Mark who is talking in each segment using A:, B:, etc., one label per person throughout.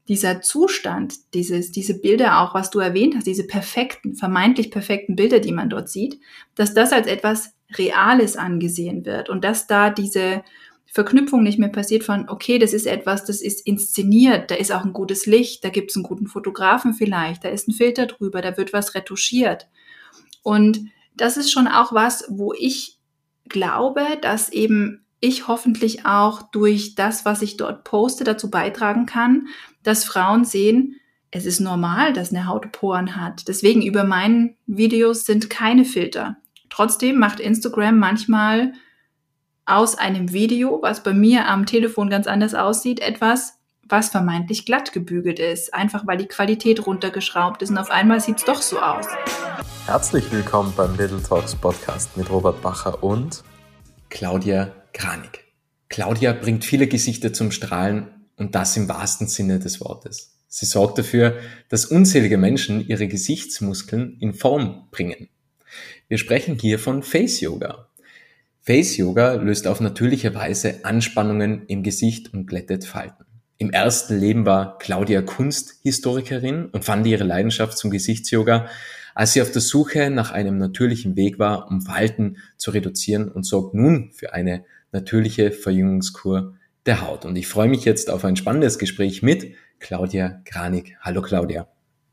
A: dieser Zustand, diese Bilder auch, was du erwähnt hast, diese perfekten, vermeintlich perfekten Bilder, die man dort sieht, dass das als etwas Reales angesehen wird und dass da diese Verknüpfung nicht mehr passiert von, okay, das ist etwas, das ist inszeniert, da ist auch ein gutes Licht, da gibt es einen guten Fotografen vielleicht, da ist ein Filter drüber, da wird was retuschiert. Und das ist schon auch was, wo ich glaube, dass eben ich hoffentlich auch durch das, was ich dort poste, dazu beitragen kann, dass Frauen sehen, es ist normal, dass eine Haut Poren hat. Deswegen über meinen Videos sind keine Filter. Trotzdem macht Instagram manchmal aus einem Video, was bei mir am Telefon ganz anders aussieht, etwas, was vermeintlich glatt gebügelt ist. Einfach weil die Qualität runtergeschraubt ist und auf einmal sieht es doch so aus.
B: Herzlich willkommen beim Little Talks Podcast mit Robert Bacher und
C: Claudia Kranig. Claudia bringt viele Gesichter zum Strahlen und das im wahrsten Sinne des Wortes. Sie sorgt dafür, dass unzählige Menschen ihre Gesichtsmuskeln in Form bringen. Wir sprechen hier von Face Yoga. Face Yoga löst auf natürliche Weise Anspannungen im Gesicht und glättet Falten. Im ersten Leben war Claudia Kunsthistorikerin und fand ihre Leidenschaft zum Gesichtsyoga, als sie auf der Suche nach einem natürlichen Weg war, um Falten zu reduzieren und sorgt nun für eine natürliche Verjüngungskur der Haut. Und ich freue mich jetzt auf ein spannendes Gespräch mit Claudia Kranig. Hallo Claudia.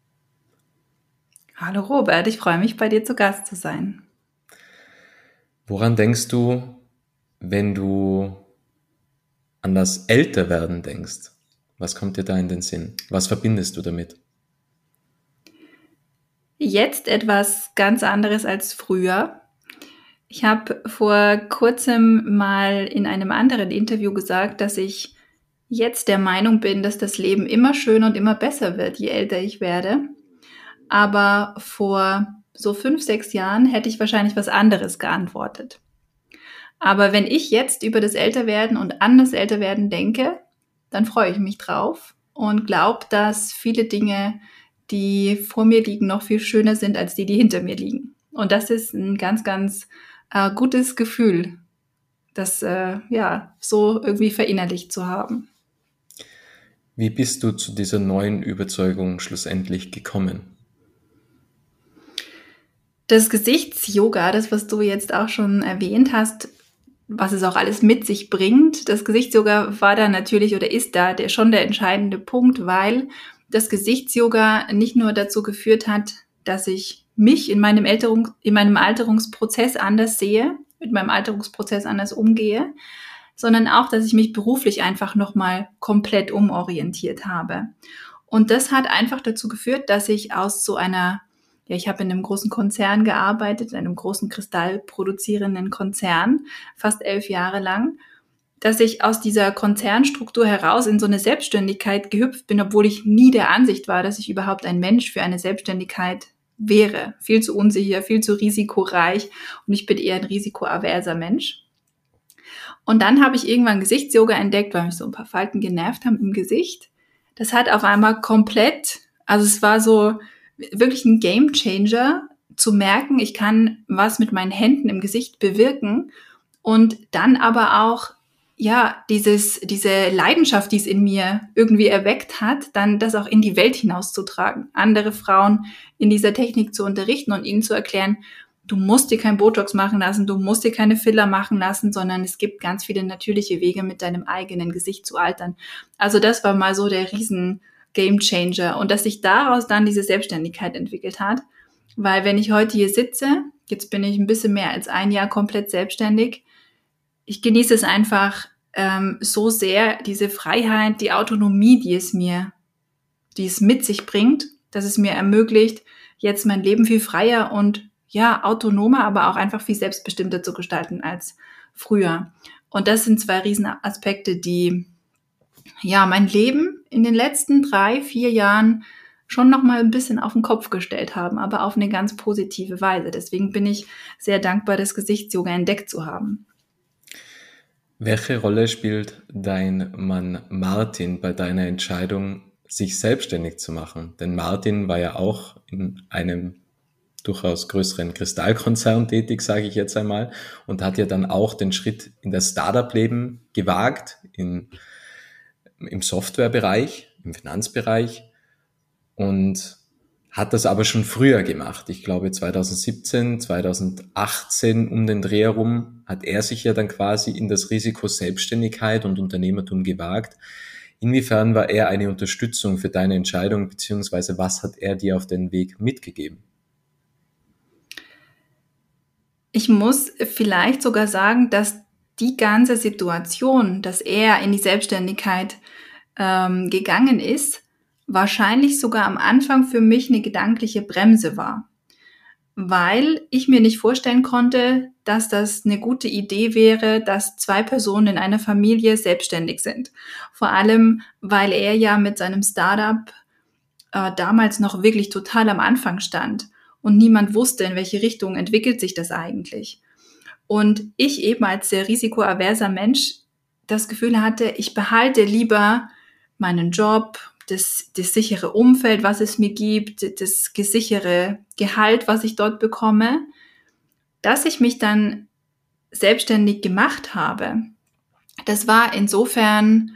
A: Hallo Robert, ich freue mich, bei dir zu Gast zu sein.
C: Woran denkst du, wenn du an das Älterwerden denkst? Was kommt dir da in den Sinn? Was verbindest du damit?
A: Jetzt etwas ganz anderes als früher. Ich habe vor kurzem mal in einem anderen Interview gesagt, dass ich jetzt der Meinung bin, dass das Leben immer schöner und immer besser wird, je älter ich werde. Aber vor so 5, 6 Jahren hätte ich wahrscheinlich was anderes geantwortet. Aber wenn ich jetzt über das Älterwerden und an das Älterwerden denke, dann freue ich mich drauf und glaube, dass viele Dinge, die vor mir liegen, noch viel schöner sind als die hinter mir liegen. Und das ist ein ganz, ganz gutes Gefühl, das so irgendwie verinnerlicht zu haben.
C: Wie bist du zu dieser neuen Überzeugung schlussendlich gekommen?
A: Das Gesichtsyoga, das, was du jetzt auch schon erwähnt hast, was es auch alles mit sich bringt, das Gesichtsyoga war da natürlich oder ist da schon der entscheidende Punkt, weil das Gesichtsyoga nicht nur dazu geführt hat, dass ich mich in meinem Alterungsprozess anders sehe, mit meinem Alterungsprozess anders umgehe, sondern auch, dass ich mich beruflich einfach nochmal komplett umorientiert habe. Und das hat einfach dazu geführt, dass ich aus so einer ich habe in einem großen Konzern gearbeitet, in einem großen kristallproduzierenden Konzern, fast 11 Jahre lang, dass ich aus dieser Konzernstruktur heraus in so eine Selbstständigkeit gehüpft bin, obwohl ich nie der Ansicht war, dass ich überhaupt ein Mensch für eine Selbstständigkeit wäre. Viel zu unsicher, viel zu risikoreich und ich bin eher ein risikoaverser Mensch. Und dann habe ich irgendwann Gesichtsyoga entdeckt, weil mich so ein paar Falten genervt haben im Gesicht. Das hat auf einmal es war so wirklich ein Gamechanger zu merken, ich kann was mit meinen Händen im Gesicht bewirken und dann aber auch, diese Leidenschaft, die es in mir irgendwie erweckt hat, dann das auch in die Welt hinauszutragen, andere Frauen in dieser Technik zu unterrichten und ihnen zu erklären, du musst dir kein Botox machen lassen, du musst dir keine Filler machen lassen, sondern es gibt ganz viele natürliche Wege, mit deinem eigenen Gesicht zu altern. Also das war mal so der riesen Gamechanger und dass sich daraus dann diese Selbstständigkeit entwickelt hat, weil wenn ich heute hier sitze, jetzt bin ich ein bisschen mehr als 1 Jahr komplett selbstständig, ich genieße es einfach so sehr, diese Freiheit, die Autonomie, die es mit sich bringt, dass es mir ermöglicht, jetzt mein Leben viel freier und autonomer, aber auch einfach viel selbstbestimmter zu gestalten als früher. Und das sind 2 Riesenaspekte, die mein Leben in den letzten 3, 4 Jahren schon noch mal ein bisschen auf den Kopf gestellt haben, aber auf eine ganz positive Weise. Deswegen bin ich sehr dankbar, das Gesichtsyoga entdeckt zu haben.
C: Welche Rolle spielt dein Mann Martin bei deiner Entscheidung, sich selbstständig zu machen? Denn Martin war ja auch in einem durchaus größeren Kristallkonzern tätig, sage ich jetzt einmal, und hat ja dann auch den Schritt in das Startup-Leben gewagt, im Softwarebereich. im Finanzbereich und hat das aber schon früher gemacht. Ich glaube 2017, 2018 um den Dreh herum hat er sich ja dann quasi in das Risiko Selbstständigkeit und Unternehmertum gewagt. Inwiefern war er eine Unterstützung für deine Entscheidung, beziehungsweise was hat er dir auf den Weg mitgegeben?
A: Ich muss vielleicht sogar sagen, dass die ganze Situation, dass er in die Selbstständigkeit gegangen ist, wahrscheinlich sogar am Anfang für mich eine gedankliche Bremse war, weil ich mir nicht vorstellen konnte, dass das eine gute Idee wäre, dass 2 Personen in einer Familie selbstständig sind. Vor allem, weil er ja mit seinem Startup damals noch wirklich total am Anfang stand und niemand wusste, in welche Richtung entwickelt sich das eigentlich. Und ich eben als sehr risikoaverser Mensch das Gefühl hatte, ich behalte lieber meinen Job, das sichere Umfeld, was es mir gibt, das sichere Gehalt, was ich dort bekomme, dass ich mich dann selbstständig gemacht habe. Das war insofern,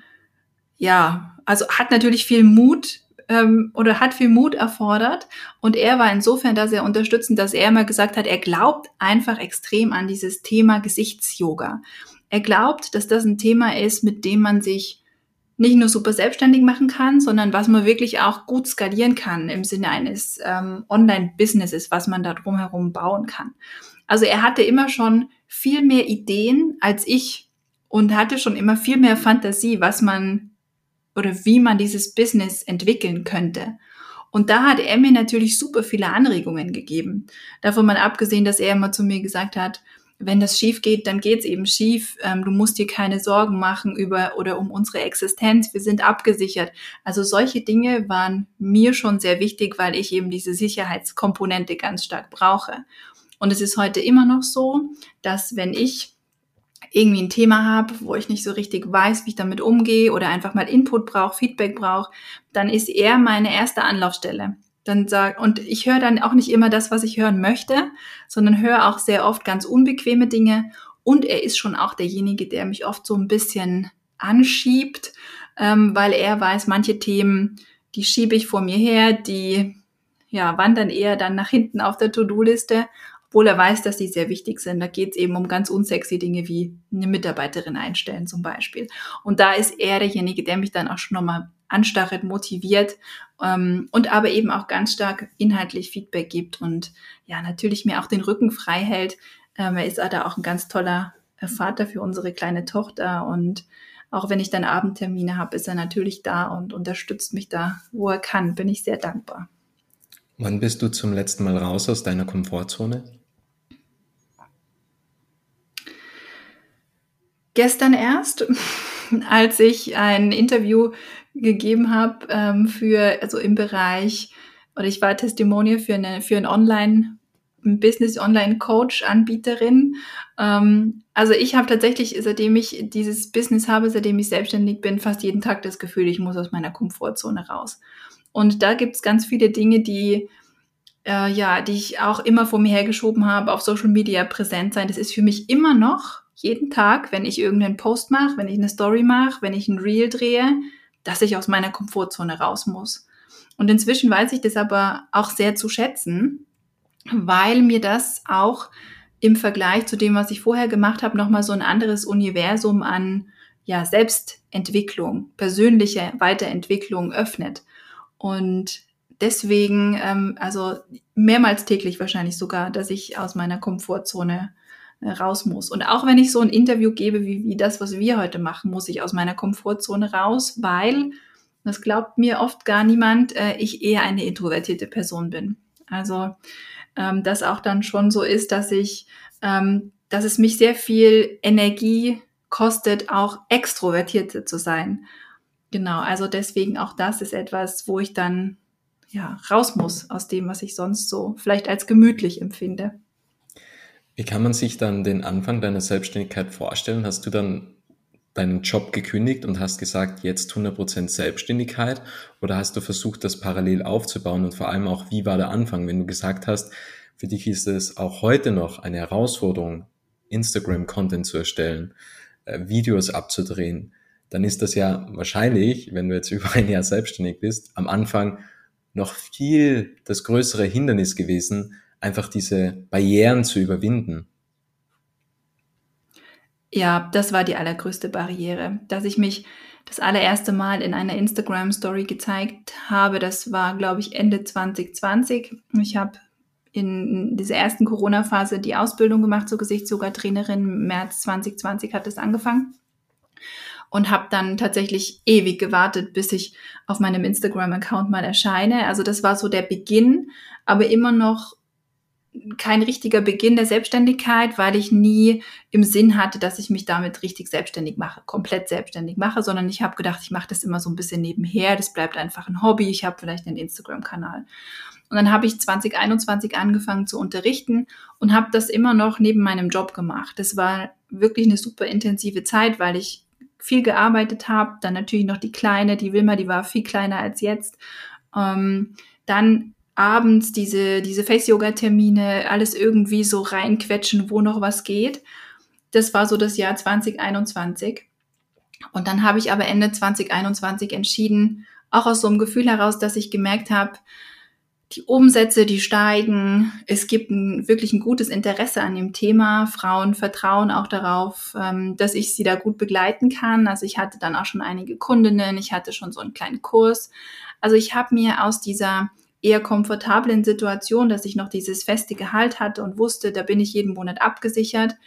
A: ja, also hat natürlich viel Mut hat viel Mut erfordert und er war insofern da sehr unterstützend, dass er immer gesagt hat, er glaubt einfach extrem an dieses Thema Gesichtsyoga. Er glaubt, dass das ein Thema ist, mit dem man sich nicht nur super selbstständig machen kann, sondern was man wirklich auch gut skalieren kann im Sinne eines Online-Businesses, was man da drumherum bauen kann. Also er hatte immer schon viel mehr Ideen als ich und hatte schon immer viel mehr Fantasie, was man oder wie man dieses Business entwickeln könnte. Und da hat er mir natürlich super viele Anregungen gegeben. Davon mal abgesehen, dass er immer zu mir gesagt hat, wenn das schief geht, dann geht's eben schief. Du musst dir keine Sorgen machen über oder um unsere Existenz. Wir sind abgesichert. Also solche Dinge waren mir schon sehr wichtig, weil ich eben diese Sicherheitskomponente ganz stark brauche. Und es ist heute immer noch so, dass wenn ich irgendwie ein Thema habe, wo ich nicht so richtig weiß, wie ich damit umgehe oder einfach mal Input brauche, Feedback brauche, dann ist er meine erste Anlaufstelle. Und ich höre dann auch nicht immer das, was ich hören möchte, sondern höre auch sehr oft ganz unbequeme Dinge. Und er ist schon auch derjenige, der mich oft so ein bisschen anschiebt, weil er weiß, manche Themen, die schiebe ich vor mir her, die wandern eher dann nach hinten auf der To-Do-Liste, obwohl er weiß, dass die sehr wichtig sind. Da geht es eben um ganz unsexy Dinge wie eine Mitarbeiterin einstellen zum Beispiel. Und da ist er derjenige, der mich dann auch schon nochmal anstachelt, motiviert und aber eben auch ganz stark inhaltlich Feedback gibt und ja, natürlich mir auch den Rücken frei hält. Er ist da auch ein ganz toller Vater für unsere kleine Tochter und auch wenn ich dann Abendtermine habe, ist er natürlich da und unterstützt mich da, wo er kann. Bin ich sehr dankbar.
C: Wann bist du zum letzten Mal raus aus deiner Komfortzone?
A: Gestern erst, als ich ein Interview gegeben habe im Bereich, oder ich war Testimonial für ein Online-Business-Online-Coach-Anbieterin. Also ich habe tatsächlich, seitdem ich dieses Business habe, seitdem ich selbstständig bin, fast jeden Tag das Gefühl, ich muss aus meiner Komfortzone raus. Und da gibt's ganz viele Dinge, die ich auch immer vor mir hergeschoben habe, auf Social Media präsent sein. Das ist für mich immer noch jeden Tag, wenn ich irgendeinen Post mache, wenn ich eine Story mache, wenn ich ein Reel drehe, dass ich aus meiner Komfortzone raus muss. Und inzwischen weiß ich das aber auch sehr zu schätzen, weil mir das auch im Vergleich zu dem, was ich vorher gemacht habe, nochmal so ein anderes Universum an Selbstentwicklung, persönliche Weiterentwicklung öffnet. Und deswegen, also mehrmals täglich wahrscheinlich sogar, dass ich aus meiner Komfortzone raus muss. Und auch wenn ich so ein Interview gebe, wie das, was wir heute machen, muss ich aus meiner Komfortzone raus, weil, das glaubt mir oft gar niemand, ich eher eine introvertierte Person bin. Also, das auch dann schon so ist, dass es mich sehr viel Energie kostet, auch extrovertiert zu sein. Genau, also deswegen auch das ist etwas, wo ich dann raus muss aus dem, was ich sonst so vielleicht als gemütlich empfinde.
C: Wie kann man sich dann den Anfang deiner Selbstständigkeit vorstellen? Hast du dann deinen Job gekündigt und hast gesagt, jetzt 100% Selbstständigkeit? Oder hast du versucht, das parallel aufzubauen? Und vor allem auch, wie war der Anfang? Wenn du gesagt hast, für dich ist es auch heute noch eine Herausforderung, Instagram-Content zu erstellen, Videos abzudrehen. dann ist das ja wahrscheinlich, wenn du jetzt über ein Jahr selbstständig bist, am Anfang noch viel das größere Hindernis gewesen, einfach diese Barrieren zu überwinden.
A: Ja, das war die allergrößte Barriere, dass ich mich das allererste Mal in einer Instagram-Story gezeigt habe. Das war, glaube ich, Ende 2020. Ich habe in dieser ersten Corona-Phase die Ausbildung gemacht zur Gesichtsyoga-Trainerin. März 2020 hat es angefangen und habe dann tatsächlich ewig gewartet, bis ich auf meinem Instagram-Account mal erscheine. Also das war so der Beginn, aber immer noch kein richtiger Beginn der Selbstständigkeit, weil ich nie im Sinn hatte, dass ich mich damit richtig selbstständig mache, komplett selbstständig mache, sondern ich habe gedacht, ich mache das immer so ein bisschen nebenher, das bleibt einfach ein Hobby, ich habe vielleicht einen Instagram-Kanal. Und dann habe ich 2021 angefangen zu unterrichten und habe das immer noch neben meinem Job gemacht. Das war wirklich eine super intensive Zeit, weil ich viel gearbeitet habe, dann natürlich noch die Kleine, die Wilma, die war viel kleiner als jetzt, dann abends diese Face-Yoga-Termine, alles irgendwie so reinquetschen, wo noch was geht. Das war so das Jahr 2021. Und dann habe ich aber Ende 2021 entschieden, auch aus so einem Gefühl heraus, dass ich gemerkt habe, die Umsätze, die steigen, es gibt wirklich ein gutes Interesse an dem Thema. Frauen vertrauen auch darauf, dass ich sie da gut begleiten kann. Also ich hatte dann auch schon einige Kundinnen, ich hatte schon so einen kleinen Kurs. Also ich habe mir aus dieser eher komfortablen Situation, dass ich noch dieses feste Gehalt hatte und wusste, da bin ich jeden Monat abgesichert,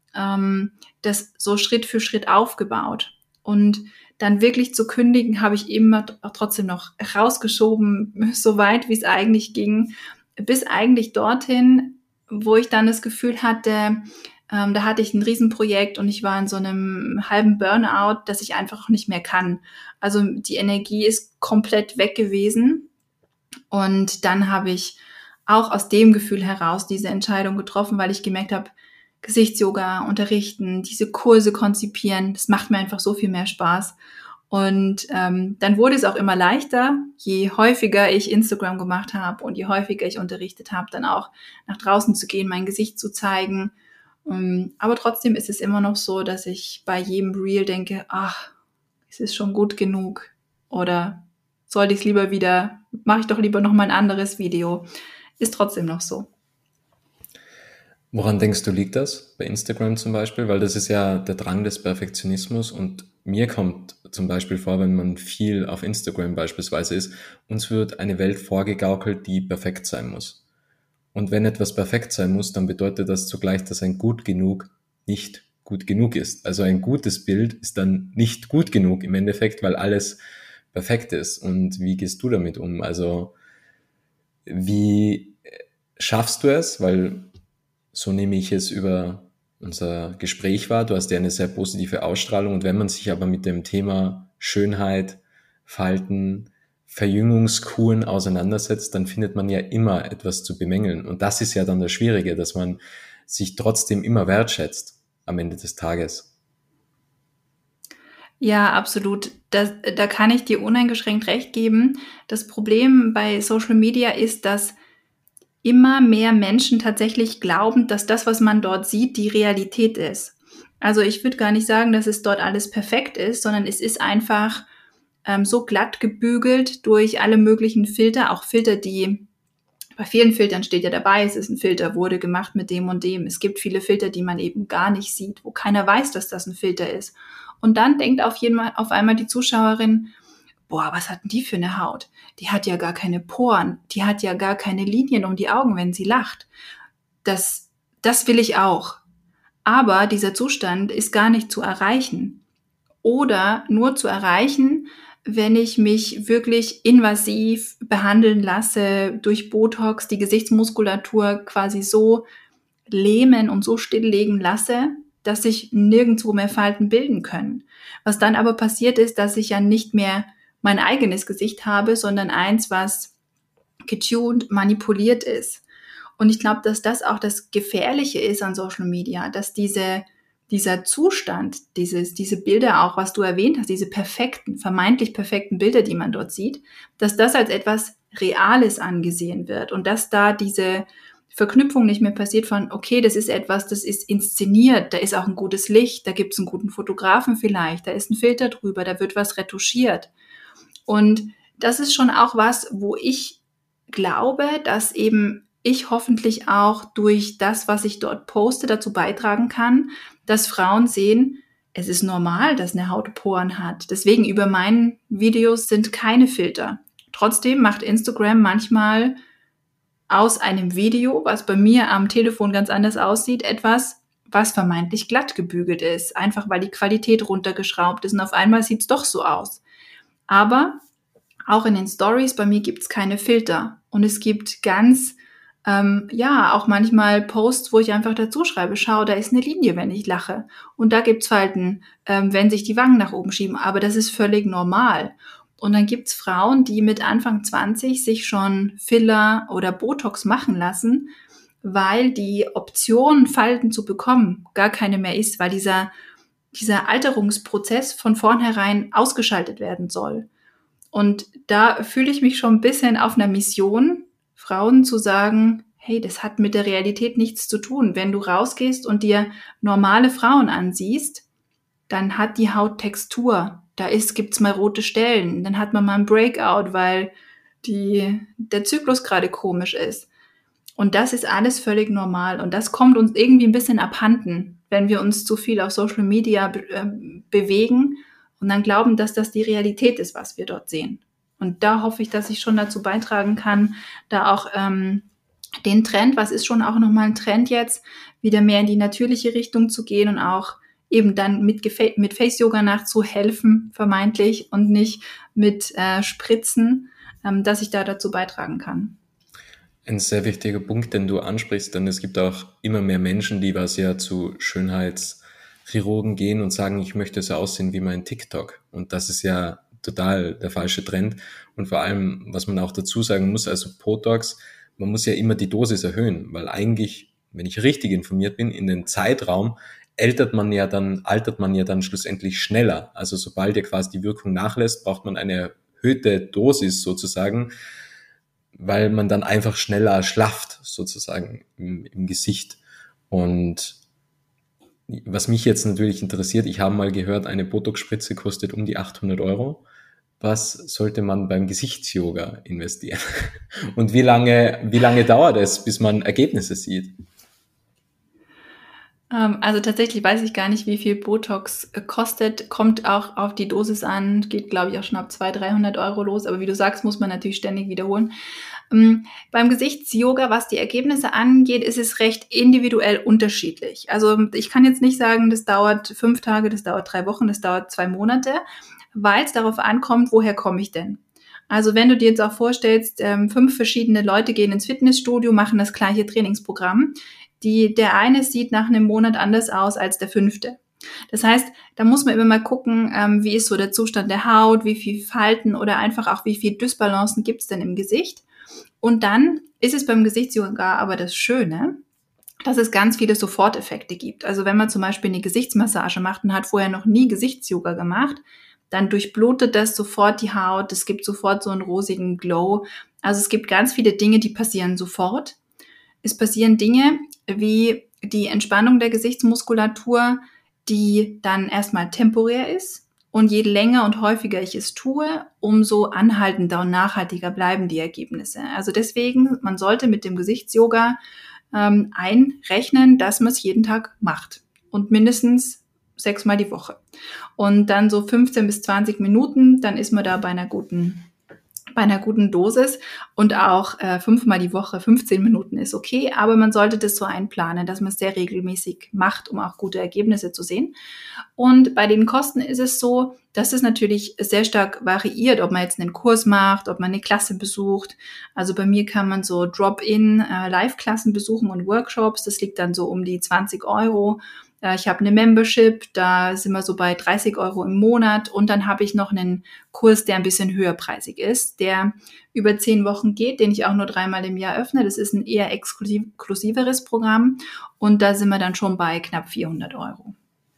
A: das so Schritt für Schritt aufgebaut. Und dann wirklich zu kündigen, habe ich immer trotzdem noch rausgeschoben, so weit wie es eigentlich ging, bis eigentlich dorthin, wo ich dann das Gefühl hatte, da hatte ich ein Riesenprojekt und ich war in so einem halben Burnout, dass ich einfach nicht mehr kann. Also die Energie ist komplett weg gewesen. Und dann habe ich auch aus dem Gefühl heraus diese Entscheidung getroffen, weil ich gemerkt habe, Gesichtsyoga unterrichten, diese Kurse konzipieren, das macht mir einfach so viel mehr Spaß. Und dann wurde es auch immer leichter, je häufiger ich Instagram gemacht habe und je häufiger ich unterrichtet habe, dann auch nach draußen zu gehen, mein Gesicht zu zeigen. Aber trotzdem ist es immer noch so, dass ich bei jedem Reel denke, ach, es ist schon gut genug. Oder sollte ich es lieber wieder, mache ich doch lieber noch mal ein anderes Video. Ist trotzdem noch so.
C: Woran denkst du, liegt das bei Instagram zum Beispiel? Weil das ist ja der Drang des Perfektionismus und mir kommt zum Beispiel vor, wenn man viel auf Instagram beispielsweise ist, uns wird eine Welt vorgegaukelt, die perfekt sein muss. Und wenn etwas perfekt sein muss, dann bedeutet das zugleich, dass ein gut genug nicht gut genug ist. Also ein gutes Bild ist dann nicht gut genug im Endeffekt, weil alles perfekt ist. Und wie gehst du damit um? Also wie schaffst du es? Weil so nehme ich es über unser Gespräch wahr. Du hast ja eine sehr positive Ausstrahlung. Und wenn man sich aber mit dem Thema Schönheit, Falten, Verjüngungskuren auseinandersetzt, dann findet man ja immer etwas zu bemängeln. Und das ist ja dann das Schwierige, dass man sich trotzdem immer wertschätzt am Ende des Tages.
A: Ja, absolut. Da kann ich dir uneingeschränkt recht geben. Das Problem bei Social Media ist, dass immer mehr Menschen tatsächlich glauben, dass das, was man dort sieht, die Realität ist. Also ich würde gar nicht sagen, dass es dort alles perfekt ist, sondern es ist einfach so glatt gebügelt durch alle möglichen Filter, auch Filter, die bei vielen Filtern steht ja dabei, es ist ein Filter, wurde gemacht mit dem und dem. Es gibt viele Filter, die man eben gar nicht sieht, wo keiner weiß, dass das ein Filter ist. Und dann denkt auf einmal die Zuschauerin, boah, was hat denn die für eine Haut? Die hat ja gar keine Poren, die hat ja gar keine Linien um die Augen, wenn sie lacht. Das will ich auch. Aber dieser Zustand ist gar nicht zu erreichen. Oder nur zu erreichen, wenn ich mich wirklich invasiv behandeln lasse, durch Botox die Gesichtsmuskulatur quasi so lähmen und so stilllegen lasse, dass sich nirgendwo mehr Falten bilden können. Was dann aber passiert ist, dass ich ja nicht mehr mein eigenes Gesicht habe, sondern eins, was getuned, manipuliert ist. Und ich glaube, dass das auch das Gefährliche ist an Social Media, dass dieser Zustand, diese Bilder auch, was du erwähnt hast, diese perfekten, vermeintlich perfekten Bilder, die man dort sieht, dass das als etwas Reales angesehen wird und dass da diese Verknüpfung nicht mehr passiert von, okay, das ist etwas, das ist inszeniert, da ist auch ein gutes Licht, da gibt es einen guten Fotografen vielleicht, da ist ein Filter drüber, da wird was retuschiert. Und das ist schon auch was, wo ich glaube, dass eben ich hoffentlich auch durch das, was ich dort poste, dazu beitragen kann, dass Frauen sehen, es ist normal, dass eine Haut Poren hat. Deswegen über meinen Videos sind keine Filter. Trotzdem macht Instagram manchmal aus einem Video, was bei mir am Telefon ganz anders aussieht, etwas, was vermeintlich glatt gebügelt ist. Einfach weil die Qualität runtergeschraubt ist und auf einmal sieht es doch so aus. Aber auch in den Stories, bei mir gibt es keine Filter. Und es gibt ganz, auch manchmal Posts, wo ich einfach dazu schreibe, schau, da ist eine Linie, wenn ich lache. Und da gibt's Falten, wenn sich die Wangen nach oben schieben. Aber das ist völlig normal. Und dann gibt's Frauen, die mit Anfang 20 sich schon Filler oder Botox machen lassen, weil die Option, Falten zu bekommen, gar keine mehr ist, weil dieser Alterungsprozess von vornherein ausgeschaltet werden soll. Und da fühle ich mich schon ein bisschen auf einer Mission, Frauen zu sagen, hey, das hat mit der Realität nichts zu tun. Wenn du rausgehst und dir normale Frauen ansiehst, dann hat die Haut Textur. Gibt's mal rote Stellen. Dann hat man mal einen Breakout, weil der Zyklus gerade komisch ist. Und das ist alles völlig normal. Und das kommt uns irgendwie ein bisschen abhanden, wenn wir uns zu viel auf Social Media bewegen und dann glauben, dass das die Realität ist, was wir dort sehen. Und da hoffe ich, dass ich schon dazu beitragen kann, da auch den Trend, was ist schon auch nochmal ein Trend jetzt, wieder mehr in die natürliche Richtung zu gehen und auch eben dann mit Face-Yoga nachzuhelfen, vermeintlich, und nicht mit Spritzen, dass ich da dazu beitragen kann.
C: Ein sehr wichtiger Punkt, den du ansprichst, denn es gibt auch immer mehr Menschen, die was ja zu Schönheitschirurgen gehen und sagen, ich möchte so aussehen wie mein TikTok. Und das ist ja total der falsche Trend. Und vor allem, was man auch dazu sagen muss, also Botox, man muss ja immer die Dosis erhöhen, weil eigentlich, wenn ich richtig informiert bin, in den Zeitraum altert man ja dann schlussendlich schneller. Also sobald ja quasi die Wirkung nachlässt, braucht man eine erhöhte Dosis sozusagen, weil man dann einfach schneller schlafft sozusagen im Gesicht. Und was mich jetzt natürlich interessiert, ich habe mal gehört, eine Botox-Spritze kostet um die 800 Euro. Was sollte man beim Gesichtsyoga investieren? Und wie lange dauert es, bis man Ergebnisse sieht?
A: Also tatsächlich weiß ich gar nicht, wie viel Botox kostet. Kommt auch auf die Dosis an. Geht, glaube ich, auch schon ab 200-300 Euro los. Aber wie du sagst, muss man natürlich ständig wiederholen. Beim Gesichtsyoga, was die Ergebnisse angeht, ist es recht individuell unterschiedlich. Also ich kann jetzt nicht sagen, das dauert 5 Tage, das dauert 3 Wochen, das dauert 2 Monate, weil es darauf ankommt, woher komme ich denn? Also wenn du dir jetzt auch vorstellst, 5 verschiedene Leute gehen ins Fitnessstudio, machen das gleiche Trainingsprogramm. Der eine sieht nach einem Monat anders aus als der 5. Das heißt, da muss man immer mal gucken, wie ist so der Zustand der Haut, wie viel Falten oder einfach auch wie viel Dysbalancen gibt es denn im Gesicht. Und dann ist es beim Gesichtsyoga aber das Schöne, dass es ganz viele Soforteffekte gibt. Also wenn man zum Beispiel eine Gesichtsmassage macht und hat vorher noch nie Gesichtsyoga gemacht, dann durchblutet das sofort die Haut, es gibt sofort so einen rosigen Glow. Also es gibt ganz viele Dinge, die passieren sofort. Es passieren Dinge wie die Entspannung der Gesichtsmuskulatur, die dann erstmal temporär ist. Und je länger und häufiger ich es tue, umso anhaltender und nachhaltiger bleiben die Ergebnisse. Also deswegen, man sollte mit dem Gesichtsyoga einrechnen, dass man es jeden Tag macht. Und mindestens 6-mal die Woche. Und dann so 15 bis 20 Minuten, dann ist man da bei einer guten Dosis, und auch 5-mal die Woche, 15 Minuten ist okay, aber man sollte das so einplanen, dass man es sehr regelmäßig macht, um auch gute Ergebnisse zu sehen. Und bei den Kosten ist es so, dass es natürlich sehr stark variiert, ob man jetzt einen Kurs macht, ob man eine Klasse besucht. Also bei mir kann man so Drop-in Live-Klassen besuchen und Workshops, das liegt dann so um die 20 Euro. Ich habe eine Membership, da sind wir so bei 30 Euro im Monat, und dann habe ich noch einen Kurs, der ein bisschen höherpreisig ist, der über 10 Wochen geht, den ich auch nur 3-mal im Jahr öffne. Das ist ein eher exklusiveres Programm, und da sind wir dann schon bei knapp 400 Euro.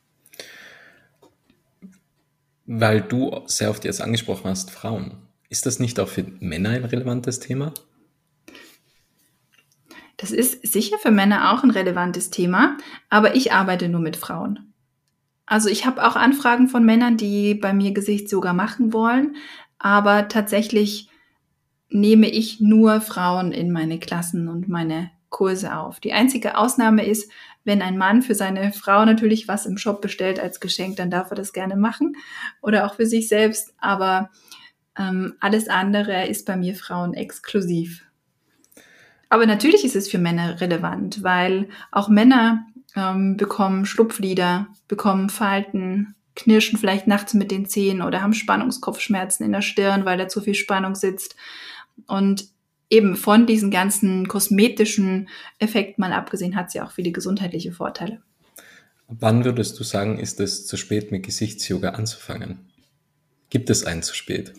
C: Weil du sehr oft jetzt angesprochen hast, Frauen. Ist das nicht auch für Männer ein relevantes Thema?
A: Das ist sicher für Männer auch ein relevantes Thema, aber ich arbeite nur mit Frauen. Also ich habe auch Anfragen von Männern, die bei mir Gesichtsyoga machen wollen, aber tatsächlich nehme ich nur Frauen in meine Klassen und meine Kurse auf. Die einzige Ausnahme ist, wenn ein Mann für seine Frau natürlich was im Shop bestellt als Geschenk, dann darf er das gerne machen oder auch für sich selbst, aber alles andere ist bei mir Frauen exklusiv. Aber natürlich ist es für Männer relevant, weil auch Männer bekommen Schlupflider, bekommen Falten, knirschen vielleicht nachts mit den Zähnen oder haben Spannungskopfschmerzen in der Stirn, weil da zu viel Spannung sitzt. Und eben von diesen ganzen kosmetischen Effekten mal abgesehen, hat sie auch viele gesundheitliche Vorteile.
C: Wann würdest du sagen, ist es zu spät, mit Gesichtsyoga anzufangen? Gibt es ein zu spät?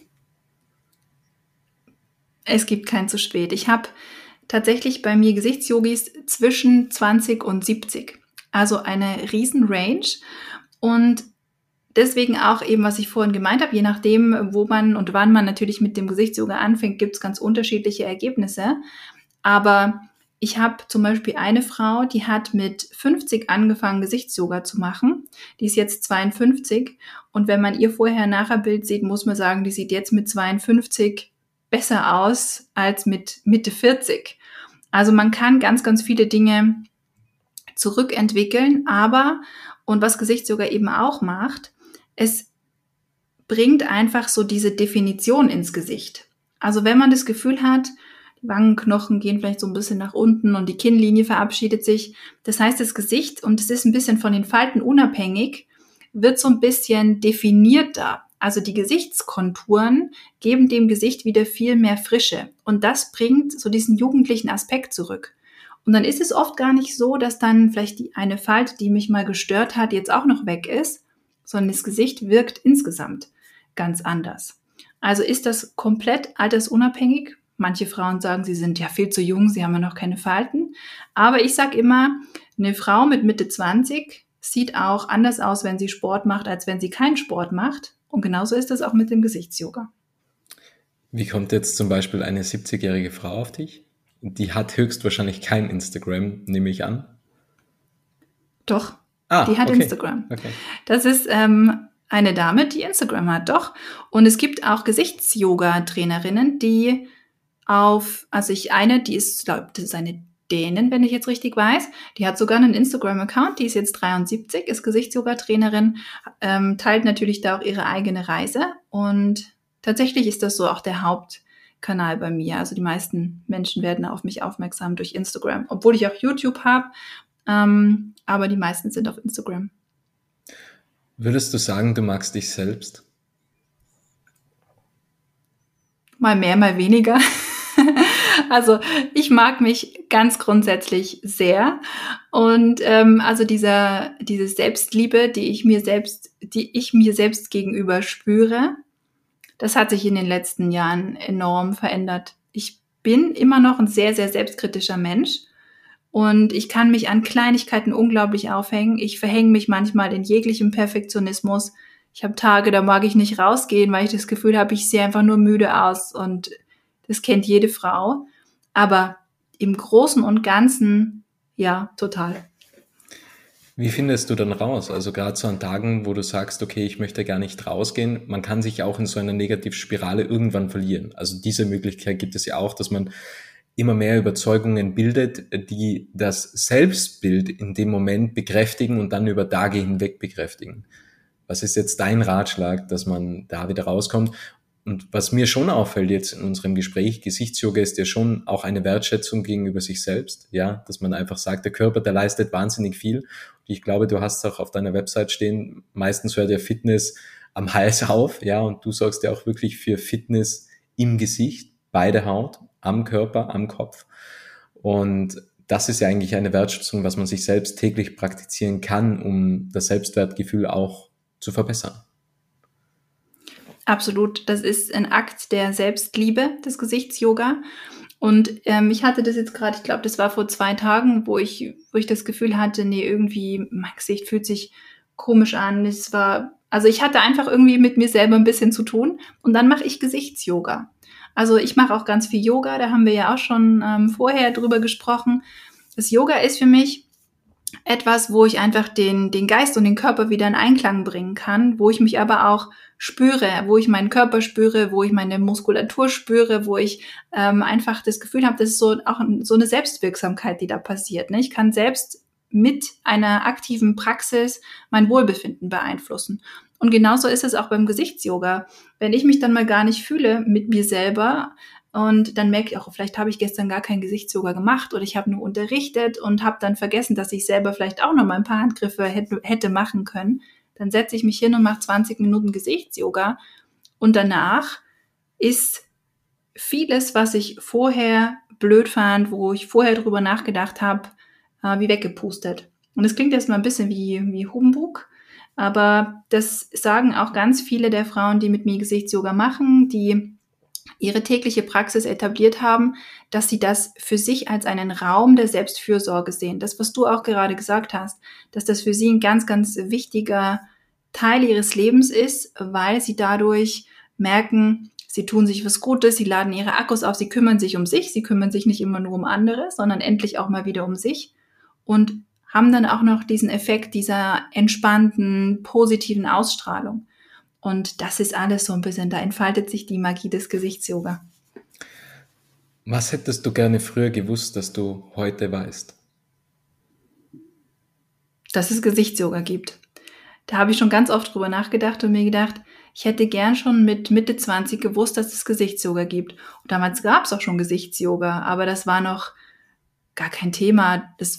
A: Es gibt kein zu spät. Ich habe tatsächlich bei mir Gesichtsyogis zwischen 20 und 70. Also eine riesen Range. Und deswegen auch eben, was ich vorhin gemeint habe, je nachdem, wo man und wann man natürlich mit dem Gesichtsyoga anfängt, gibt es ganz unterschiedliche Ergebnisse. Aber ich habe zum Beispiel eine Frau, die hat mit 50 angefangen, Gesichtsyoga zu machen. Die ist jetzt 52. Und wenn man ihr Vorher-Nachher-Bild sieht, muss man sagen, die sieht jetzt mit 52 besser aus als mit Mitte 40. Also man kann ganz, ganz viele Dinge zurückentwickeln, aber, und was Gesichtsyoga eben auch macht, es bringt einfach so diese Definition ins Gesicht. Also wenn man das Gefühl hat, die Wangenknochen gehen vielleicht so ein bisschen nach unten und die Kinnlinie verabschiedet sich, das heißt, das Gesicht, und es ist ein bisschen von den Falten unabhängig, wird so ein bisschen definierter. Also die Gesichtskonturen geben dem Gesicht wieder viel mehr Frische. Und das bringt so diesen jugendlichen Aspekt zurück. Und dann ist es oft gar nicht so, dass dann vielleicht die eine Falte, die mich mal gestört hat, jetzt auch noch weg ist, sondern das Gesicht wirkt insgesamt ganz anders. Also ist das komplett altersunabhängig. Manche Frauen sagen, sie sind ja viel zu jung, sie haben ja noch keine Falten. Aber ich sage immer, eine Frau mit Mitte 20 sieht auch anders aus, wenn sie Sport macht, als wenn sie keinen Sport macht. Und genauso ist das auch mit dem Gesichtsyoga.
C: Wie kommt jetzt zum Beispiel eine 70-jährige Frau auf dich? Die hat höchstwahrscheinlich kein Instagram, nehme ich an.
A: Doch, die hat
C: okay.
A: Instagram.
C: Okay.
A: Das ist eine Dame, die Instagram hat, doch. Und es gibt auch Gesichtsyoga-Trainerinnen, die die ist, glaube ich, das ist eine Dänen, wenn ich jetzt richtig weiß. Die hat sogar einen Instagram-Account, die ist jetzt 73, ist Gesichtsyoga-Trainerin, teilt natürlich da auch ihre eigene Reise. Und tatsächlich ist das so auch der Hauptkanal bei mir. Also die meisten Menschen werden auf mich aufmerksam durch Instagram, obwohl ich auch YouTube habe, aber die meisten sind auf Instagram.
C: Würdest du sagen, du magst dich selbst?
A: Mal mehr, mal weniger. Also ich mag mich ganz grundsätzlich sehr und also diese Selbstliebe, die ich mir selbst gegenüber spüre, das hat sich in den letzten Jahren enorm verändert. Ich bin immer noch ein sehr, sehr selbstkritischer Mensch und ich kann mich an Kleinigkeiten unglaublich aufhängen. Ich verhänge mich manchmal in jeglichem Perfektionismus. Ich habe Tage, da mag ich nicht rausgehen, weil ich das Gefühl habe, ich sehe einfach nur müde aus und das kennt jede Frau. Aber im Großen und Ganzen, ja, total.
C: Wie findest du dann raus? Also gerade so an Tagen, wo du sagst, okay, ich möchte gar nicht rausgehen, man kann sich auch in so einer Negativspirale irgendwann verlieren. Also diese Möglichkeit gibt es ja auch, dass man immer mehr Überzeugungen bildet, die das Selbstbild in dem Moment bekräftigen und dann über Tage hinweg bekräftigen. Was ist jetzt dein Ratschlag, dass man da wieder rauskommt? Und was mir schon auffällt jetzt in unserem Gespräch, Gesichtsyoga ist ja schon auch eine Wertschätzung gegenüber sich selbst, ja, dass man einfach sagt, der Körper, der leistet wahnsinnig viel. Und ich glaube, du hast auch auf deiner Website stehen, meistens hört ja Fitness am Hals auf, ja, und du sorgst ja auch wirklich für Fitness im Gesicht, bei der Haut, am Körper, am Kopf. Und das ist ja eigentlich eine Wertschätzung, was man sich selbst täglich praktizieren kann, um das Selbstwertgefühl auch zu verbessern.
A: Absolut, das ist ein Akt der Selbstliebe, das Gesichtsyoga. Und ich hatte das jetzt gerade, ich glaube, das war vor 2 Tagen, wo ich das Gefühl hatte, nee, irgendwie, mein Gesicht fühlt sich komisch an. Also ich hatte einfach irgendwie mit mir selber ein bisschen zu tun. Und dann mache ich Gesichtsyoga. Also ich mache auch ganz viel Yoga, da haben wir ja auch schon vorher drüber gesprochen. Das Yoga ist für mich etwas, wo ich einfach den Geist und den Körper wieder in Einklang bringen kann, wo ich mich aber auch spüre, wo ich meinen Körper spüre, wo ich meine Muskulatur spüre, wo ich einfach das Gefühl habe, das ist so auch so eine Selbstwirksamkeit, die da passiert. Ne? Ich kann selbst mit einer aktiven Praxis mein Wohlbefinden beeinflussen. Und genauso ist es auch beim Gesichtsyoga. Wenn ich mich dann mal gar nicht fühle mit mir selber, und dann merke ich auch, vielleicht habe ich gestern gar kein Gesichtsyoga gemacht oder ich habe nur unterrichtet und habe dann vergessen, dass ich selber vielleicht auch noch mal ein paar Handgriffe hätte machen können. Dann setze ich mich hin und mache 20 Minuten Gesichtsyoga und danach ist vieles, was ich vorher blöd fand, wo ich vorher drüber nachgedacht habe, wie weggepustet. Und es klingt erstmal ein bisschen wie Humbug, aber das sagen auch ganz viele der Frauen, die mit mir Gesichtsyoga machen, die ihre tägliche Praxis etabliert haben, dass sie das für sich als einen Raum der Selbstfürsorge sehen. Das, was du auch gerade gesagt hast, dass das für sie ein ganz, ganz wichtiger Teil ihres Lebens ist, weil sie dadurch merken, sie tun sich was Gutes, sie laden ihre Akkus auf, sie kümmern sich um sich, sie kümmern sich nicht immer nur um andere, sondern endlich auch mal wieder um sich und haben dann auch noch diesen Effekt dieser entspannten, positiven Ausstrahlung. Und das ist alles so ein bisschen, da entfaltet sich die Magie des Gesichtsyoga.
C: Was hättest du gerne früher gewusst, dass du heute weißt?
A: Dass es Gesichtsyoga gibt. Da habe ich schon ganz oft drüber nachgedacht und mir gedacht, ich hätte gern schon mit Mitte 20 gewusst, dass es Gesichtsyoga gibt. Und damals gab es auch schon Gesichtsyoga, aber das war noch gar kein Thema. Das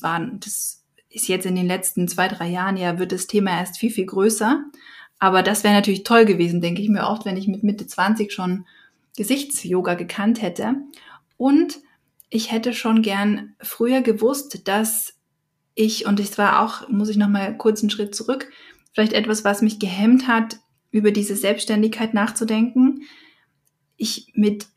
A: ist jetzt in den letzten 2-3 Jahren, ja, wird das Thema erst viel, viel größer. Aber das wäre natürlich toll gewesen, denke ich mir oft, wenn ich mit Mitte 20 schon Gesichtsyoga gekannt hätte. Und ich hätte schon gern früher gewusst, dass ich, und das war auch, muss ich nochmal kurz einen Schritt zurück, vielleicht etwas, was mich gehemmt hat, über diese Selbstständigkeit nachzudenken. Ich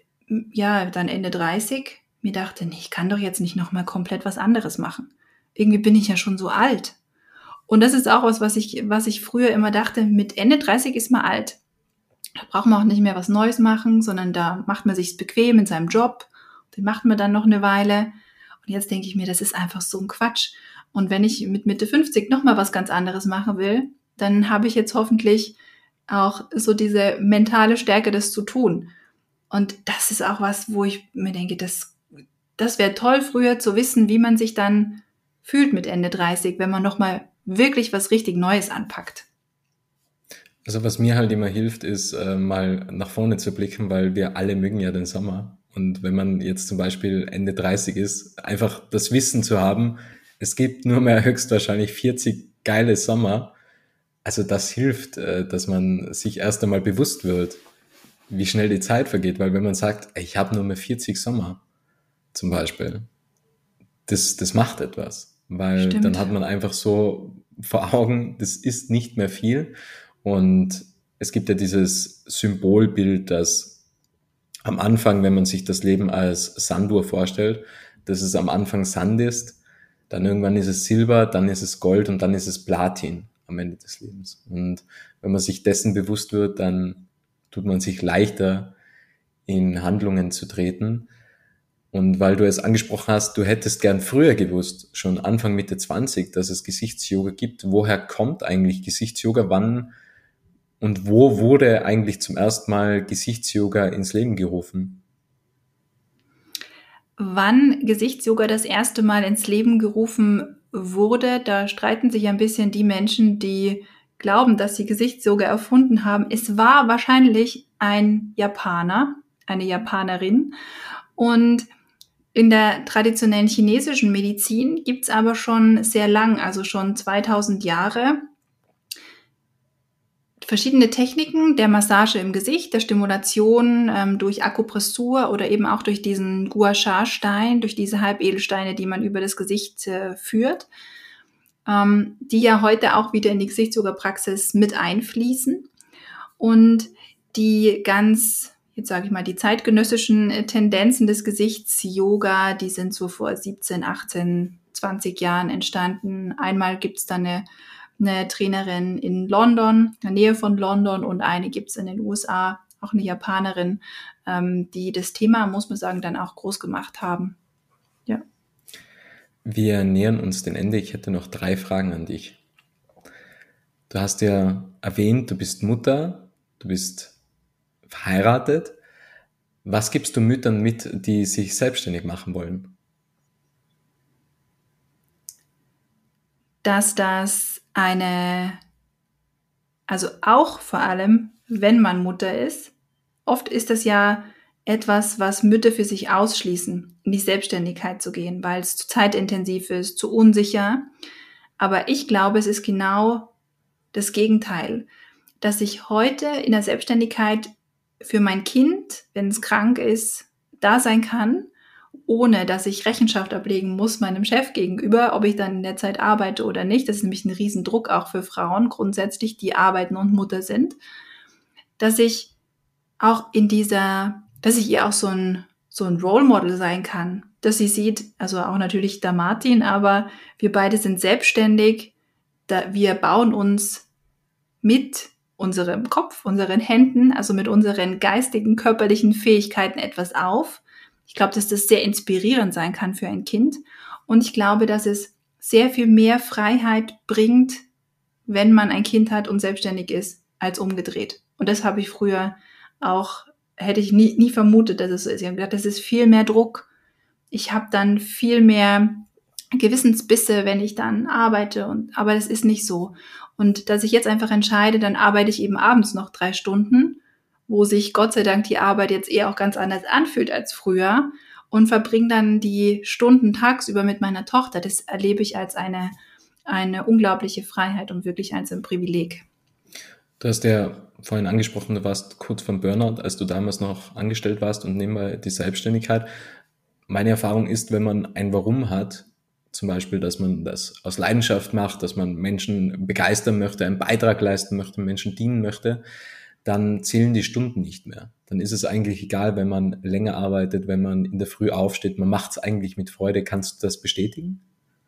A: dann Ende 30 mir dachte, nee, ich kann doch jetzt nicht nochmal komplett was anderes machen. Irgendwie bin ich ja schon so alt. Und das ist auch was ich früher immer dachte, mit Ende 30 ist man alt. Da braucht man auch nicht mehr was Neues machen, sondern da macht man sich's bequem in seinem Job. Den macht man dann noch eine Weile. Und jetzt denke ich mir, das ist einfach so ein Quatsch. Und wenn ich mit Mitte 50 nochmal was ganz anderes machen will, dann habe ich jetzt hoffentlich auch so diese mentale Stärke, das zu tun. Und das ist auch was, wo ich mir denke, das wäre toll, früher zu wissen, wie man sich dann fühlt mit Ende 30, wenn man nochmal wirklich was richtig Neues anpackt.
C: Also was mir halt immer hilft, ist mal nach vorne zu blicken, weil wir alle mögen ja den Sommer. Und wenn man jetzt zum Beispiel Ende 30 ist, einfach das Wissen zu haben, es gibt nur mehr höchstwahrscheinlich 40 geile Sommer. Also das hilft, dass man sich erst einmal bewusst wird, wie schnell die Zeit vergeht. Weil wenn man sagt, ich habe nur mehr 40 Sommer zum Beispiel, das macht etwas. Weil
A: Stimmt.
C: dann hat man einfach so vor Augen, das ist nicht mehr viel. Und es gibt ja dieses Symbolbild, dass am Anfang, wenn man sich das Leben als Sanduhr vorstellt, dass es am Anfang Sand ist, dann irgendwann ist es Silber, dann ist es Gold und dann ist es Platin am Ende des Lebens. Und wenn man sich dessen bewusst wird, dann tut man sich leichter, in Handlungen zu treten. Und weil du es angesprochen hast, du hättest gern früher gewusst, schon Anfang Mitte 20, dass es Gesichtsyoga gibt. Woher kommt eigentlich Gesichtsyoga? Wann und wo wurde eigentlich zum ersten Mal Gesichtsyoga ins Leben gerufen?
A: Wann Gesichtsyoga das erste Mal ins Leben gerufen wurde, da streiten sich ein bisschen die Menschen, die glauben, dass sie Gesichtsyoga erfunden haben. Es war wahrscheinlich ein Japaner, eine Japanerin. Und in der traditionellen chinesischen Medizin gibt's aber schon sehr lang, also schon 2000 Jahre, verschiedene Techniken der Massage im Gesicht, der Stimulation durch Akupressur oder eben auch durch diesen Gua Sha Stein, durch diese Halbedelsteine, die man über das Gesicht führt, die ja heute auch wieder in die Gesichtsyoga-Praxis mit einfließen. Und die ganz, jetzt sage ich mal, die zeitgenössischen Tendenzen des Gesichtsyoga, die sind so vor 17, 18, 20 Jahren entstanden. Einmal gibt's da eine Trainerin in London, in der Nähe von London, und eine gibt's in den USA, auch eine Japanerin, die das Thema, muss man sagen, dann auch groß gemacht haben. Ja.
C: Wir nähern uns dem Ende. Ich hätte noch 3 Fragen an dich. Du hast ja erwähnt, du bist Mutter, du bist verheiratet. Was gibst du Müttern mit, die sich selbstständig machen wollen?
A: Dass also auch vor allem, wenn man Mutter ist, oft ist das ja etwas, was Mütter für sich ausschließen, in die Selbstständigkeit zu gehen, weil es zu zeitintensiv ist, zu unsicher. Aber ich glaube, es ist genau das Gegenteil, dass ich heute in der Selbstständigkeit für mein Kind, wenn es krank ist, da sein kann, ohne dass ich Rechenschaft ablegen muss meinem Chef gegenüber, ob ich dann in der Zeit arbeite oder nicht. Das ist nämlich ein Riesendruck auch für Frauen grundsätzlich, die arbeiten und Mutter sind, dass ich auch dass ich ihr auch so ein Role Model sein kann, dass sie sieht, also auch natürlich der Martin, aber wir beide sind selbstständig, wir bauen uns mit unserem Kopf, unseren Händen, also mit unseren geistigen, körperlichen Fähigkeiten etwas auf. Ich glaube, dass das sehr inspirierend sein kann für ein Kind. Und ich glaube, dass es sehr viel mehr Freiheit bringt, wenn man ein Kind hat und selbstständig ist, als umgedreht. Und das habe ich früher auch, hätte ich nie vermutet, dass es so ist. Ich habe gedacht, das ist viel mehr Druck. Ich habe dann viel mehr Gewissensbisse, wenn ich dann arbeite. Aber das ist nicht so. Und dass ich jetzt einfach entscheide, dann arbeite ich eben abends noch 3 Stunden, wo sich Gott sei Dank die Arbeit jetzt eher auch ganz anders anfühlt als früher und verbringe dann die Stunden tagsüber mit meiner Tochter. Das erlebe ich als eine unglaubliche Freiheit und wirklich als ein Privileg.
C: Du hast ja vorhin angesprochen, du warst kurz vom Burnout, als du damals noch angestellt warst und nebenbei die Selbstständigkeit. Meine Erfahrung ist, wenn man ein Warum hat, zum Beispiel, dass man das aus Leidenschaft macht, dass man Menschen begeistern möchte, einen Beitrag leisten möchte, Menschen dienen möchte, dann zählen die Stunden nicht mehr. Dann ist es eigentlich egal, wenn man länger arbeitet, wenn man in der Früh aufsteht, man macht es eigentlich mit Freude. Kannst du das bestätigen?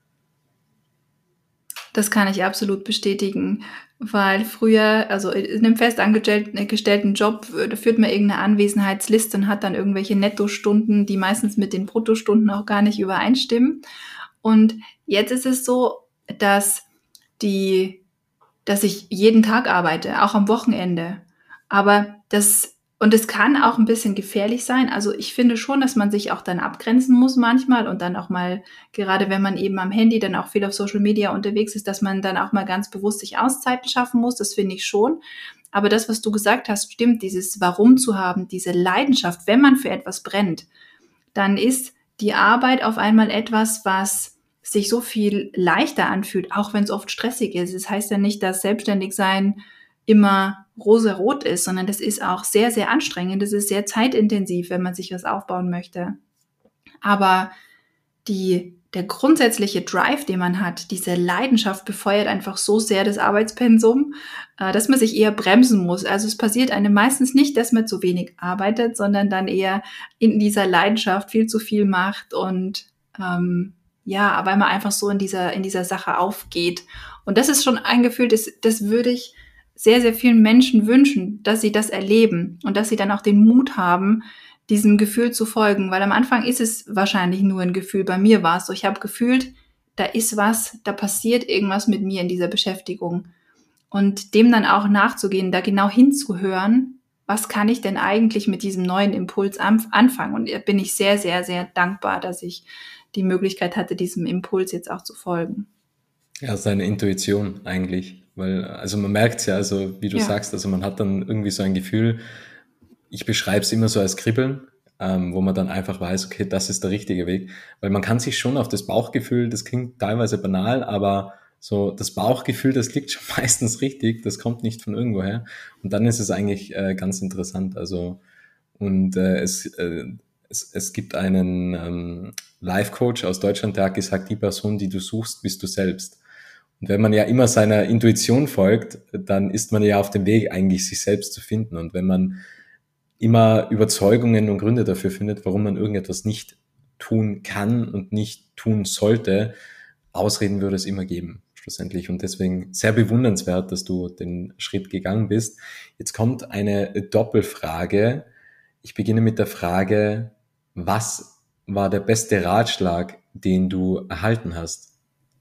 A: Das kann ich absolut bestätigen, weil früher, also in einem festangestellten Job, da führt man irgendeine Anwesenheitsliste und hat dann irgendwelche Nettostunden, die meistens mit den Bruttostunden auch gar nicht übereinstimmen. Und jetzt ist es so, dass ich jeden Tag arbeite, auch am Wochenende. Aber es kann auch ein bisschen gefährlich sein. Also ich finde schon, dass man sich auch dann abgrenzen muss manchmal und dann auch mal, gerade wenn man eben am Handy dann auch viel auf Social Media unterwegs ist, dass man dann auch mal ganz bewusst sich Auszeiten schaffen muss. Das finde ich schon. Aber das, was du gesagt hast, stimmt, dieses Warum zu haben, diese Leidenschaft, wenn man für etwas brennt, dann ist die Arbeit auf einmal etwas, was sich so viel leichter anfühlt, auch wenn es oft stressig ist. Das heißt ja nicht, dass Selbstständigsein immer rosarot ist, sondern das ist auch sehr, sehr anstrengend. Das ist sehr zeitintensiv, wenn man sich was aufbauen möchte. Aber der grundsätzliche Drive, den man hat, diese Leidenschaft befeuert einfach so sehr das Arbeitspensum, dass man sich eher bremsen muss. Also es passiert einem meistens nicht, dass man zu wenig arbeitet, sondern dann eher in dieser Leidenschaft viel zu viel macht und weil man einfach so in dieser Sache aufgeht. Und das ist schon ein Gefühl, das würde ich sehr, sehr vielen Menschen wünschen, dass sie das erleben und dass sie dann auch den Mut haben, diesem Gefühl zu folgen, weil am Anfang ist es wahrscheinlich nur ein Gefühl. Bei mir war es so, ich habe gefühlt, da ist was, da passiert irgendwas mit mir in dieser Beschäftigung. Und dem dann auch nachzugehen, da genau hinzuhören, was kann ich denn eigentlich mit diesem neuen Impuls anfangen? Und da bin ich sehr, sehr, sehr dankbar, dass ich die Möglichkeit hatte, diesem Impuls jetzt auch zu folgen.
C: Ja, seine Intuition eigentlich, weil, also man merkt es ja, also wie du sagst, also man hat dann irgendwie so ein Gefühl, ich beschreibe es immer so als Kribbeln, wo man dann einfach weiß, okay, das ist der richtige Weg, weil man kann sich schon auf das Bauchgefühl, das klingt teilweise banal, aber so das Bauchgefühl, das liegt schon meistens richtig, das kommt nicht von irgendwoher und dann ist es eigentlich ganz interessant, also und es gibt einen Life-Coach aus Deutschland, der hat gesagt, die Person, die du suchst, bist du selbst. Und wenn man ja immer seiner Intuition folgt, dann ist man ja auf dem Weg, eigentlich sich selbst zu finden. Und wenn man immer Überzeugungen und Gründe dafür findet, warum man irgendetwas nicht tun kann und nicht tun sollte, Ausreden würde es immer geben, schlussendlich. Und deswegen sehr bewundernswert, dass du den Schritt gegangen bist. Jetzt kommt eine Doppelfrage. Ich beginne mit der Frage, was war der beste Ratschlag, den du erhalten hast?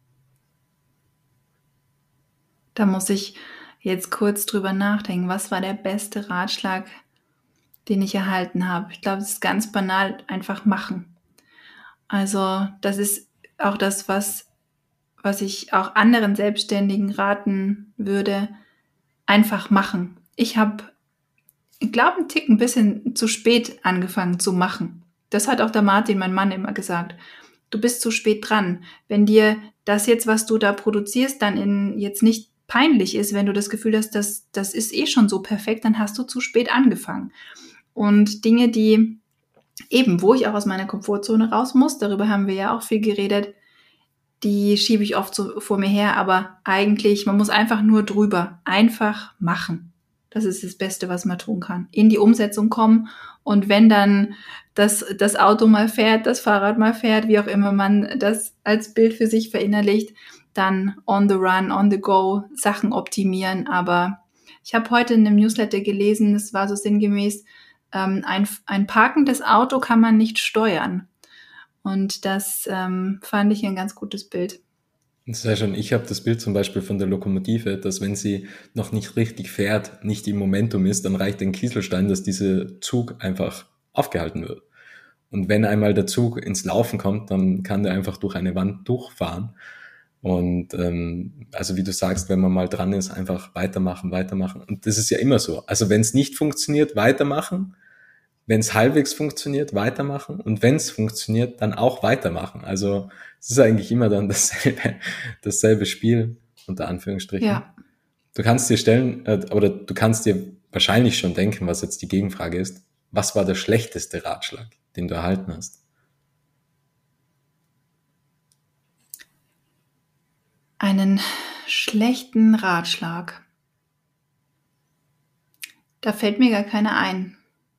A: Da muss ich jetzt kurz drüber nachdenken. Was war der beste Ratschlag, den ich erhalten habe? Ich glaube, es ist ganz banal, einfach machen. Also das ist auch das, was ich auch anderen Selbstständigen raten würde, einfach machen. Ich habe, glaube einen Tick ein bisschen zu spät angefangen zu machen. Das hat auch der Martin, mein Mann, immer gesagt. Du bist zu spät dran. Wenn dir das jetzt, was du da produzierst, dann jetzt nicht peinlich ist, wenn du das Gefühl hast, das ist eh schon so perfekt, dann hast du zu spät angefangen. Und Dinge, die eben, wo ich auch aus meiner Komfortzone raus muss, darüber haben wir ja auch viel geredet, die schiebe ich oft so vor mir her, aber eigentlich, man muss einfach nur drüber, einfach machen. Das ist das Beste, was man tun kann. In die Umsetzung kommen und wenn dann das Auto mal fährt, das Fahrrad mal fährt, wie auch immer man das als Bild für sich verinnerlicht, dann on the run, on the go, Sachen optimieren. Aber ich habe heute in einem Newsletter gelesen, das war so sinngemäß, ein parkendes Auto kann man nicht steuern. Und das fand ich ein ganz gutes Bild.
C: Sehr schön. Ich habe das Bild zum Beispiel von der Lokomotive, dass wenn sie noch nicht richtig fährt, nicht im Momentum ist, dann reicht ein Kieselstein, dass dieser Zug einfach aufgehalten wird. Und wenn einmal der Zug ins Laufen kommt, dann kann der einfach durch eine Wand durchfahren. Und also wie du sagst, wenn man mal dran ist, einfach weitermachen. Und das ist ja immer so. Also wenn es nicht funktioniert, weitermachen. Wenn es halbwegs funktioniert, weitermachen. Und wenn es funktioniert, dann auch weitermachen. Also es ist eigentlich immer dann dasselbe Spiel, unter Anführungsstrichen.
A: Ja.
C: Du kannst dir du kannst dir wahrscheinlich schon denken, was jetzt die Gegenfrage ist. Was war der schlechteste Ratschlag, den du erhalten hast?
A: Einen schlechten Ratschlag. Da fällt mir gar keiner ein.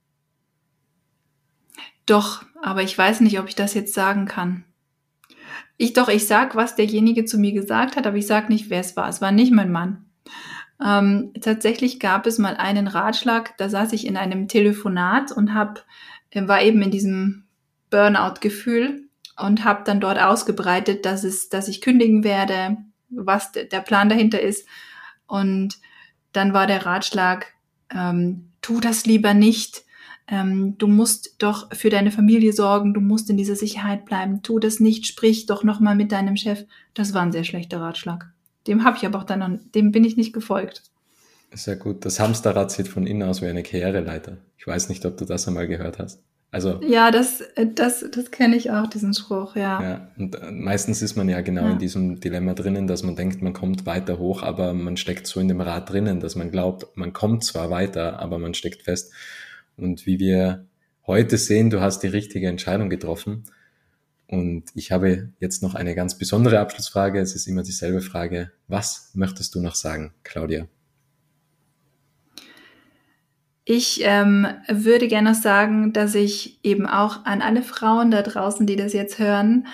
A: Doch, aber ich weiß nicht, ob ich das jetzt sagen kann. Ich sag, was derjenige zu mir gesagt hat, aber ich sag nicht, wer es war. Es war nicht mein Mann. Tatsächlich gab es mal einen Ratschlag, da saß ich in einem Telefonat und war eben in diesem Burnout-Gefühl und habe dann dort ausgebreitet, dass ich kündigen werde, was der Plan dahinter ist. Und dann war der Ratschlag, tu das lieber nicht. Du musst doch für deine Familie sorgen, du musst in dieser Sicherheit bleiben, tu das nicht, sprich doch nochmal mit deinem Chef. Das war ein sehr schlechter Ratschlag. Dem bin ich nicht gefolgt.
C: Sehr gut. Das Hamsterrad sieht von innen aus wie eine Karriereleiter. Ich weiß nicht, ob du das einmal gehört hast. Also
A: ja, das kenne ich auch, diesen Spruch, ja.
C: Ja, und meistens ist man ja genau in diesem Dilemma drinnen, dass man denkt, man kommt weiter hoch, aber man steckt so in dem Rad drinnen, dass man glaubt, man kommt zwar weiter, aber man steckt fest. Und wie wir heute sehen, du hast die richtige Entscheidung getroffen. Und ich habe jetzt noch eine ganz besondere Abschlussfrage. Es ist immer dieselbe Frage. Was möchtest du noch sagen, Claudia?
A: Ich würde gerne noch sagen, dass ich eben auch an alle Frauen da draußen, die das jetzt hören,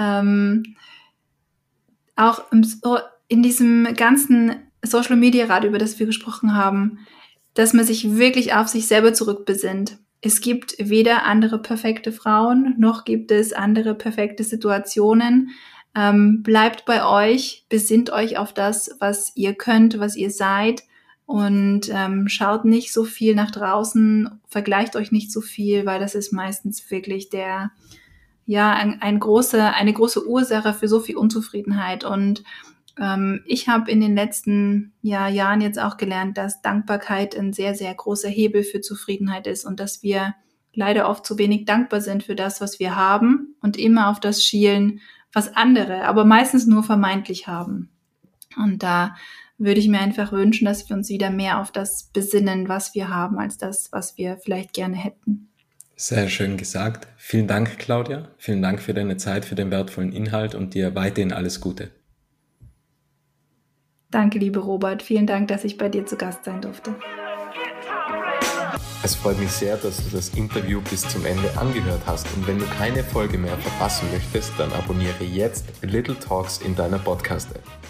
A: auch in diesem ganzen Social Media Rad, über das wir gesprochen haben, dass man sich wirklich auf sich selber zurückbesinnt. Es gibt weder andere perfekte Frauen, noch gibt es andere perfekte Situationen. Bleibt bei euch, besinnt euch auf das, was ihr könnt, was ihr seid und schaut nicht so viel nach draußen, vergleicht euch nicht so viel, weil das ist meistens wirklich eine große Ursache für so viel Unzufriedenheit. Und ich habe in den letzten Jahren jetzt auch gelernt, dass Dankbarkeit ein sehr, sehr großer Hebel für Zufriedenheit ist und dass wir leider oft zu wenig dankbar sind für das, was wir haben und immer auf das schielen, was andere, aber meistens nur vermeintlich haben. Und da würde ich mir einfach wünschen, dass wir uns wieder mehr auf das besinnen, was wir haben, als das, was wir vielleicht gerne hätten.
C: Sehr schön gesagt. Vielen Dank, Claudia. Vielen Dank für deine Zeit, für den wertvollen Inhalt und dir weiterhin alles Gute.
A: Danke, liebe Robert. Vielen Dank, dass ich bei dir zu Gast sein durfte.
B: Es freut mich sehr, dass du das Interview bis zum Ende angehört hast. Und wenn du keine Folge mehr verpassen möchtest, dann abonniere jetzt Little Talks in deiner Podcast-App.